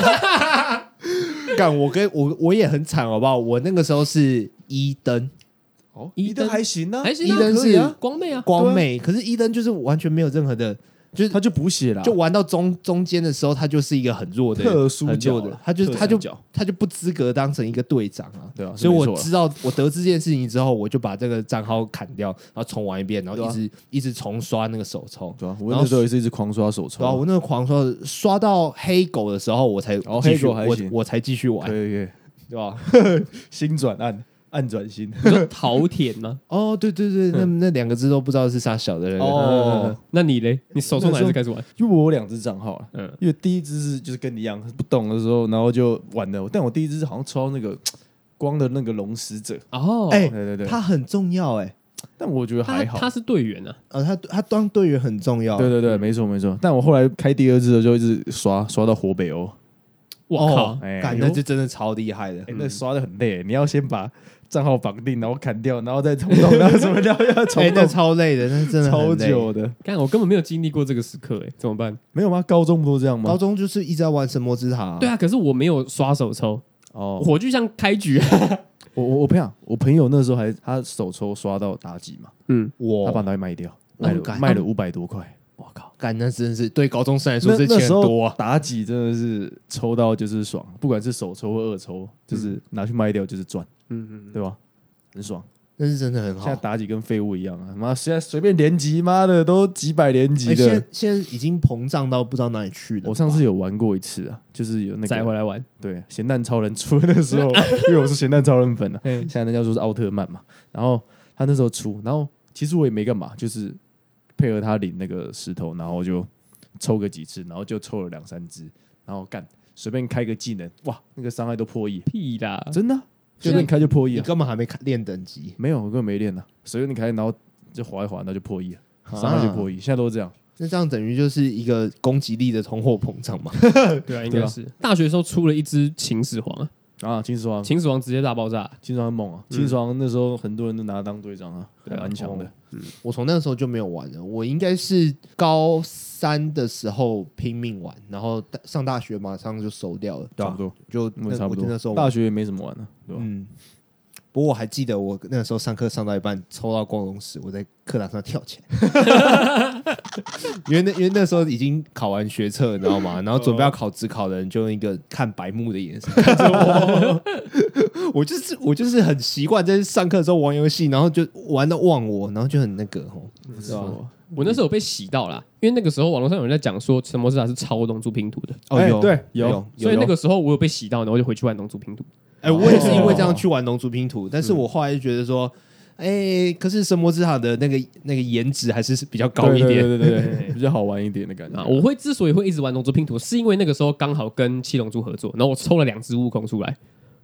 干我也很惨，好不好？我那个时候是伊登。 伊登还行啊， 伊登是光妹啊， 光妹。可是伊登就是完全没有任何的，就是他就补血了， 就玩到中间的时候，他就是一个很弱的特殊角的，他就不资格当成一个队长啊。 对啊， 所以我得知这件事情之后，我就把这个账号砍掉，然后重玩一遍，然后一直重刷那个手抽。 对啊，我那时候也是一直狂刷手抽。 对啊，我那个狂刷到黑狗的时候，我才继续我才继续玩。 对， 对吧？ 新转暗转新， 你说桃田吗？ 对，那2个字都不知道是啥小的人。 那你嘞？你手抽哪一只开始玩？ 因为我有2只账号了，因为第一只是就是跟你一样不懂的时候，然后就玩的，但我第一只好像抽到那个光的那个龙使者对，他很重要但我觉得还好， 他是队员啊， 他当队员很重要。 对，没错。但我后来开第2只的就一直刷到火北欧， 我靠， 那就真的超厉害的。 那刷的很累，你要先把账号绑定，然后砍掉，然后再重动，然后什么要重动， 那超累的，那真的超久的。 干，我根本没有经历过这个时刻，怎么办？ 没有吗？高中不都这样吗？ 高中就是一直在玩神魔之塔。 对啊，可是我没有刷手抽火炬像开局。 我朋友那时候他手抽刷到妲己嘛，他把它卖掉，卖了500多块。 我靠， 干，那真的是对高中生来说这钱很多啊！ 妲己真的是抽到就是爽，不管是手抽或二抽，就是拿去卖掉就是赚，对吧？很爽， 那是真的很好。 现在妲己跟废物一样啊！妈，现在随便连级，妈的都几百连级的， 现在已经膨胀到不知道哪里去了。 我上次有玩过一次啊，就是有那个载回来玩， 对，咸蛋超人出的时候，因为我是咸蛋超人粉啊，现在那叫做是奥特曼嘛。然后他那时候出，然后其实我也没干嘛，就是配合他领那个石头，然后就抽个几次，然后就抽了2-3只，然后干随便开个技能，哇，那个伤害都破1， 屁啦， 真的啊。随便开就破1， 你根本还没练等级， 没有，我根本没练呢。随便你开，然后就滑一滑，那就破1了，伤害就破1。现在都是这样， 那这样等于就是一个攻击力的通货膨胀嘛？ 对啊，应该是。大学的时候出了一只秦始皇秦始皇直接大爆炸， 秦始皇很猛啊！秦始皇那时候很多人都拿他当队长啊，蛮强的。 我从那个时候就没有玩了，我应该是高3的时候拼命玩，然后上大学马上就收掉了， 差不多就差不多。 那时候大学也没什么玩了，对吧？ 不过我还记得我那个时候上课上到一半抽到光荣石，我在课堂上跳起来，因为那时候已经考完学测，你知道吗？然后准备要考指考的人就用一个看白目的眼神看着我，我就是很习惯在上课的时候玩游戏，然后就玩到忘我，然后就很那个知道吗？我那时候有被洗到啦，因为那个时候网络上有人在讲说神魔之塔是抄龙珠拼图的。 有， 所以那个时候我有被洗到，然后就回去玩龙珠拼图。 我也是因为这样去玩龙珠拼图，但是我后来就觉得说，可是神魔之塔的那个颜值还是比较高一点， 对，比较好玩一点的感觉。 我之所以会一直玩龙珠拼图，是因为那个时候刚好跟七龙珠合作，然后我抽了2只悟空出来。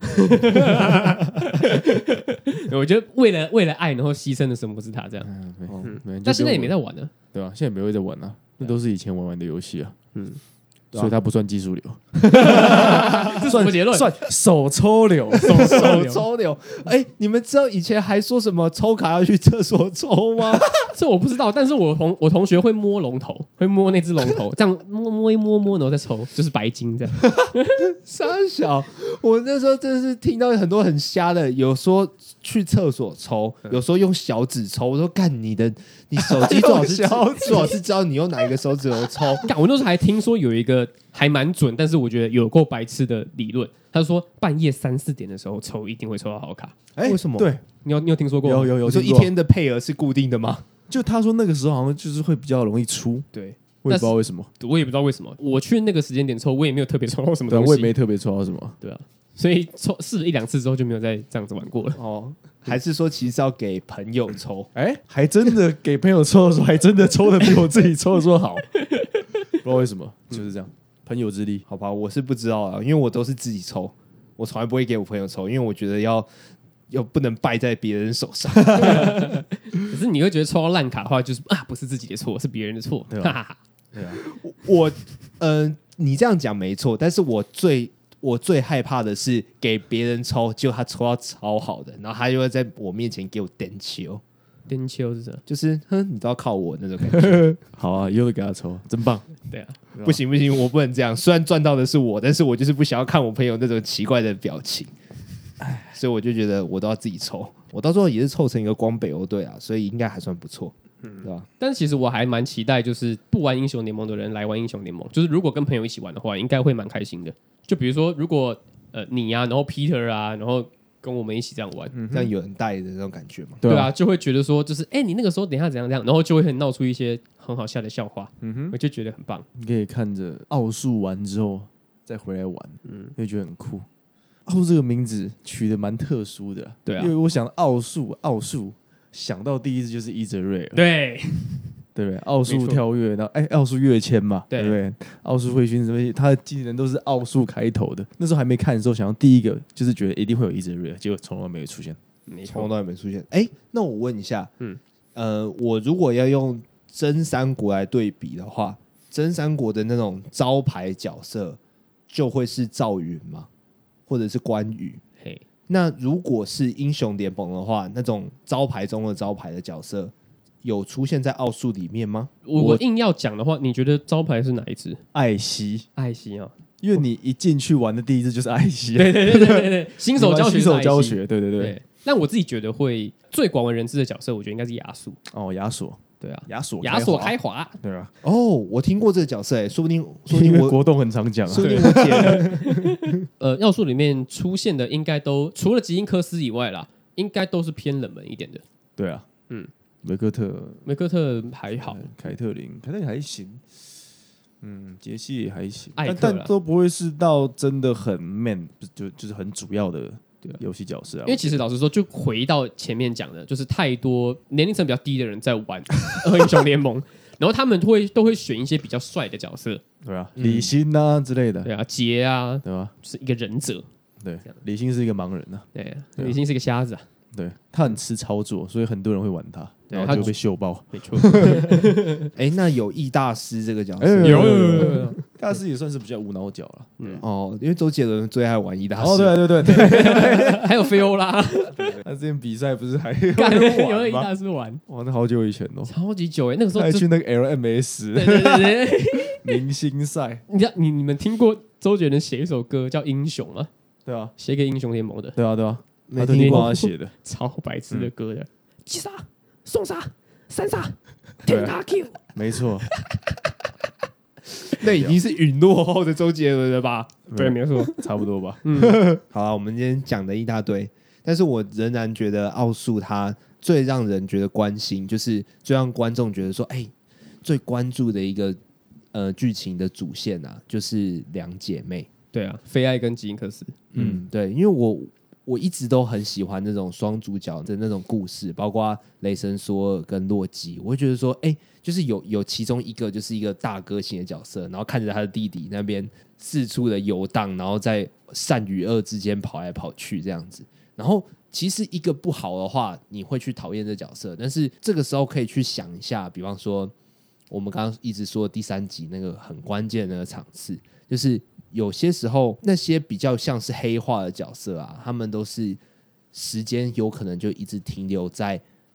我觉得为了爱，然后牺牲了神魔之塔这样。但现在也没在玩了， 对吧？现在没会在玩了，那都是以前玩的游戏啊。所以它不算技术流， 这什么结论？ 算手抽流， 手抽流。你们知道以前还说什么抽卡要去厕所抽吗？ 这我不知道，但是我同学会摸龙头，会摸那只龙头，这样摸一摸，然后再抽，就是白金这样。 傻小，我那时候真的是听到很多很瞎的，有说去厕所抽，有说用小指抽。我说干你手机最好是知道你用哪一个手指头抽。 干，我那时候还听说有一个还蛮准，但是我觉得有够白痴的理论。他就说半夜3、4点的时候抽一定会抽到好卡。 为什么？ 对， 你有听说过吗？ 有我说一天的配额是固定的吗？ 就他说那个时候好像就是会比较容易出， 对， 我也不知道为什么。 我也不知道为什么。我去那个时间点抽，我也没有特别抽到什么对， 东西， 我也没特别抽到什么。 对啊，所以试了1、2次之后就没有再这样子玩过了。 哦，还是说其实是要给朋友抽？ 还真的给朋友抽的时候，还真的抽的比我自己抽的时候好，不知道为什么，就是这样，朋友之力。 好吧，我是不知道啊，因为我都是自己抽，我从来不会给我朋友抽，因为我觉得要不能败在别人手上。 可是你会觉得抽到烂卡的话，就是不是自己的错，是别人的错。 对啊，对啊， 你这样讲没错，但是我最害怕的是给别人抽，结果他抽到超好的，然后他就会在我面前给我点球。 颠秋是什么？ 就是你都要靠我那种感觉。 好啊，以后都给他抽，真棒。 对啊， 不行，我不能这样。虽然赚到的是我，但是我就是不想要看我朋友那种奇怪的表情。所以我就觉得我都要自己抽。我到最后也是凑成一个光北欧队啊，所以应该还算不错，对吧？ 但是其实我还蛮期待，就是不玩英雄联盟的人来玩英雄联盟。就是如果跟朋友一起玩的话，应该会蛮开心的。就比如说，如果你啊，然后 Peter 啊，然后跟我们一起这样玩， 这样有人带的那种感觉嘛。 对啊，就会觉得说，就是你那个时候等一下怎样怎样，然后就会很闹出一些很好笑的笑话，我就觉得很棒。 你可以看着奥数完之后再回来玩，会觉得很酷。奥数这个名字取得蛮特殊的， 对啊， 因为我想奥数想到第一次就是伊泽瑞尔， 对不对？奥数跳跃，然后奥数跃迁嘛，对不对？奥数会勋什么，他的技能都是奥数开头的。那时候还没看的时候，想要第一个就是觉得一定会有伊泽瑞尔，结果从来没有出现， 从来没出现。那我问一下，我如果要用真三国来对比的话，真三国的那种招牌角色就会是赵云吗？或者是关羽？那如果是英雄联盟的话，那种招牌中的招牌的角色有出现在奥数里面吗？ 我硬要讲的话，你觉得招牌是哪一只？ 艾希啊， 因为你一进去玩的第一只就是艾希， 对，新手教学， 对。 但我自己觉得会最广为人知的角色，我觉得应该是亚索。 哦，亚索，对啊，亚索开华， 对啊。 哦，我听过这个角色，说不定我国栋很常讲啊， 说不定我姐要素里面出现的应该都除了吉因科斯以外啦，应该都是偏冷门一点的。 对啊，梅克特还好， 凯特琳还行，杰西也还行， 艾克但都不会是到真的很 man， 就是很主要的游戏角色啊。 因为其实老实说，就回到前面讲的，就是太多年龄层比较低的人在玩英雄联盟，然后他们都会选一些比较帅的角色， 对啊，李欣啊之类的， 对啊，杰啊， 对吧？ 就是一个忍者， 对，李欣是一个盲人啊， 对，李欣是个瞎子啊。 对，他很吃操作，所以很多人会玩他，然后就被秀爆。 没错。 那有易大师这个角色， 有， 大师也算是比较无脑角了。 因为周杰伦最爱玩易大师。 哦，对， 还有菲欧拉。 他之前比赛不是还有易大师玩？ 哇，那好久以前哦， 超级久那个时候还去那个 LMS 对明星赛。 你们听过周杰伦写一首歌叫《英雄》吗？ 对啊， 写给英雄联盟的。 对啊。他特地帮他写的， 超白痴的歌的，击杀、送杀、三杀、天塔 Q， 没错， 那已经是陨落后的周杰伦了吧？ 对，没错， 差不多吧。 好啊，我们今天讲的一大堆，但是我仍然觉得奥数它最让人觉得关心，就是最让观众觉得说，最关注的一个剧情的主线啊，就是两姐妹。 对啊，菲爱跟吉因克斯。 对，因为我一直都很喜欢那种双主角的那种故事，包括雷神索尔跟洛基，我会觉得说，就是有其中一个就是一个大哥型的角色，然后看着他的弟弟那边四处的游荡，然后在善与恶之间跑来跑去这样子。然后其实一个不好的话，你会去讨厌这角色，但是这个时候可以去想一下，比方说我们刚刚一直说第3集那个很关键的那个场次，就是有些时候那些比较像是黑化的角色啊，他们都是时间有可能就一直停留在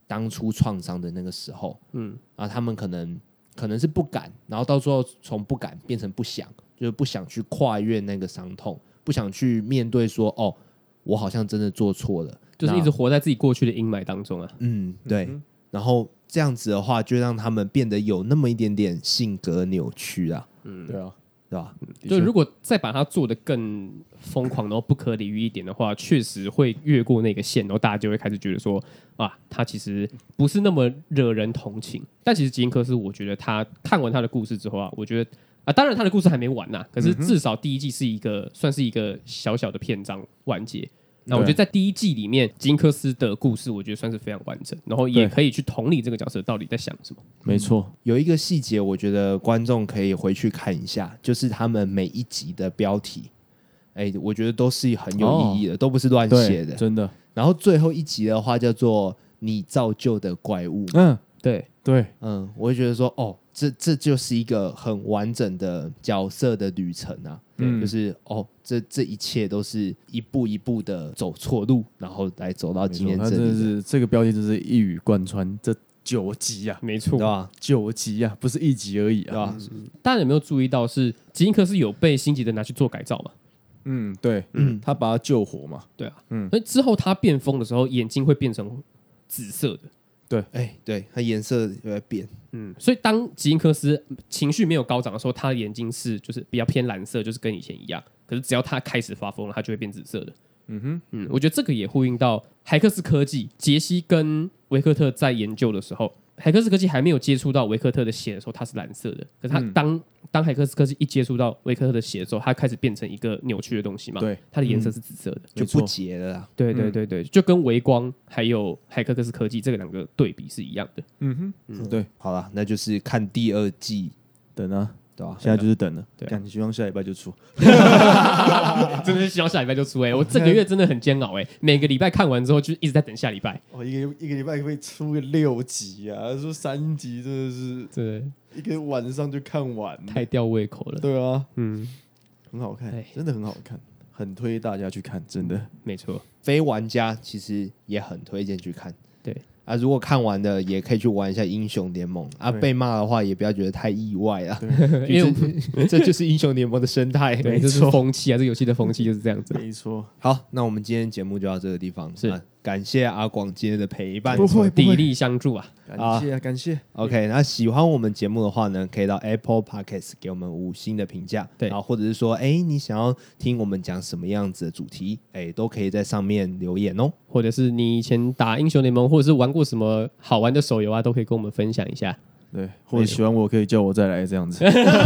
当初创伤的那个时候，然后他们可能是不敢，然后到最后从不敢变成不想，就是不想去跨越那个伤痛，不想去面对说哦，我好像真的做错了， 就是一直活在自己过去的阴霾当中啊。 对，然后这样子的话，就让他们变得有那么一点点性格扭曲啊， 对啊， 对吧？ 就如果再把它做得更疯狂，然后不可理喻一点的话，确实会越过那个线，然后大家就会开始觉得说啊，他其实不是那么惹人同情。但其实吉恩科斯，我觉得他看完他的故事之后啊，我觉得啊，当然他的故事还没完呐，可是至少第一季是算是一个小小的篇章完结。那我觉得在第一季里面，吉恩科斯的故事，我觉得算是非常完整，然后也可以去同理这个角色到底在想什么。 没错， 有一个细节，我觉得观众可以回去看一下，就是他们每一集的标题，我觉得都是很有意义的，都不是乱写的， 真的。 然后最后一集的话叫做“你造就的怪物”， 对， 我会觉得说，哦，这就是一个很完整的角色的旅程啊，就是这一切都是一步一步的走错路，然后来走到今天这里。 真的是这个标题，真是一语贯穿这9集啊， 没错， 对吧 ？9集啊，不是1集而已啊， 对吧？ 大家有没有注意到是吉恩科斯有被辛吉德拿去做改造嘛？ 对，他把他救活嘛， 对啊，所以之后他变疯的时候，眼睛会变成紫色的。 对，它颜色有在变， 所以当吉恩科斯情绪没有高涨的时候，他的眼睛是就是比较偏蓝色，就是跟以前一样。可是只要他开始发疯了，他就会变紫色的。我觉得这个也呼应到海克斯科技，杰西跟维克特在研究的时候，海克斯科技还没有接触到维克特的血的时候，它是蓝色的。可是他当海克斯科技一接触到维克特的血之后，它开始变成一个扭曲的东西嘛？ 对， 它的颜色是紫色的， 就不洁了啦。 对，就跟微光还有海克斯科技这个两个对比是一样的。 对， 好了，那就是看第2季， 等啊， 对吧？ 现在就是等了， 对干希望下礼拜就出。 真的是希望下礼拜就出我这个月真的很煎熬每个礼拜看完之后就一直在等下礼拜。 一个礼拜可以出个6集啊，说3集真的是对， 一个晚上就看完， 太吊胃口了。 对啊，很好看哎， 真的很好看，很推大家去看，真的。 没错， 非玩家其实也很推荐去看。 对啊，如果看完的也可以去玩一下英雄联盟啊。被骂的话也不要觉得太意外啊， 因为这就是英雄联盟的生态。 对，这是风气啊，这游戏的风气就是这样子。 没错， 好，那我们今天节目就到这个地方， 是感谢阿广今天的陪伴， 不会砥砺相助啊。 感谢。 OK， 那喜欢我们节目的话呢，可以到 Apple Podcast 给我们5星的评价， 对， 然后或者是说，你想要听我们讲什么样子的主题，都可以在上面留言哦。 或者是你以前打英雄联盟，或者是玩过什么好玩的手游啊，都可以跟我们分享一下。 对，或者喜欢我可以叫我再来这样子。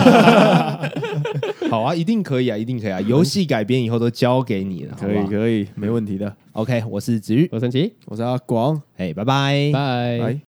好啊，一定可以啊，一定可以啊！游戏改编以后都交给你了， 可以，没问题的。 OK， 我是子玉， 我是陈奇， 我是阿广， 拜拜， 拜。